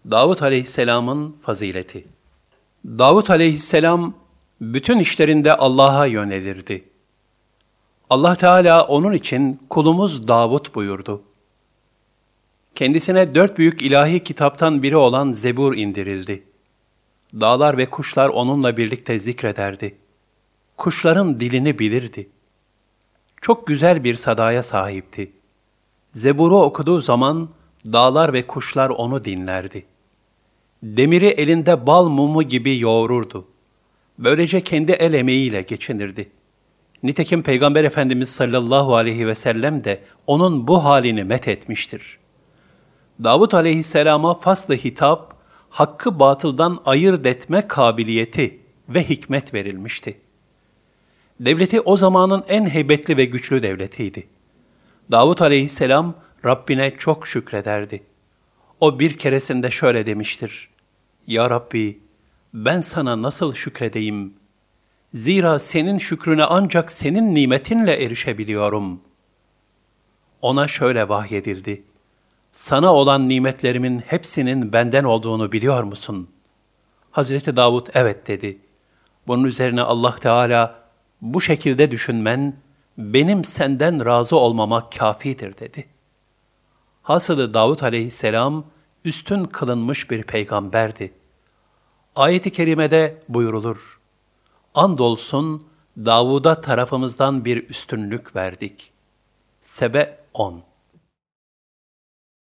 Davud aleyhisselamın fazileti. Davud aleyhisselam bütün işlerinde Allah'a yönelirdi. Allah Teala onun için kulumuz Davud buyurdu. Kendisine 4 büyük ilahi kitaptan biri olan Zebur indirildi. Dağlar ve kuşlar onunla birlikte zikrederdi. Kuşların dilini bilirdi. Çok güzel bir sadaya sahipti. Zebur'u okuduğu zaman dağlar ve kuşlar onu dinlerdi. Demiri elinde bal mumu gibi yoğururdu. Böylece kendi el emeğiyle geçinirdi. Nitekim Peygamber Efendimiz sallallahu aleyhi ve sellem de onun bu halini methetmiştir. Davud aleyhisselama fasl-ı hitap, hakkı batıldan ayırt etme kabiliyeti ve hikmet verilmişti. Devleti o zamanın en heybetli ve güçlü devletiydi. Davud aleyhisselam Rabbine çok şükrederdi. O bir keresinde şöyle demiştir: Ya Rabbi, ben sana nasıl şükredeyim? Zira senin şükrüne ancak senin nimetinle erişebiliyorum. Ona şöyle vahyedildi: Sana olan nimetlerimin hepsinin benden olduğunu biliyor musun? Hazreti Davud evet dedi. Bunun üzerine Allah Teala, bu şekilde düşünmen, benim senden razı olmama kâfidir dedi. Hasılı Davud aleyhisselam, üstün kılınmış bir peygamberdi. Ayet-i kerimede buyurulur: Andolsun Davud'a tarafımızdan bir üstünlük verdik. Sebe 10.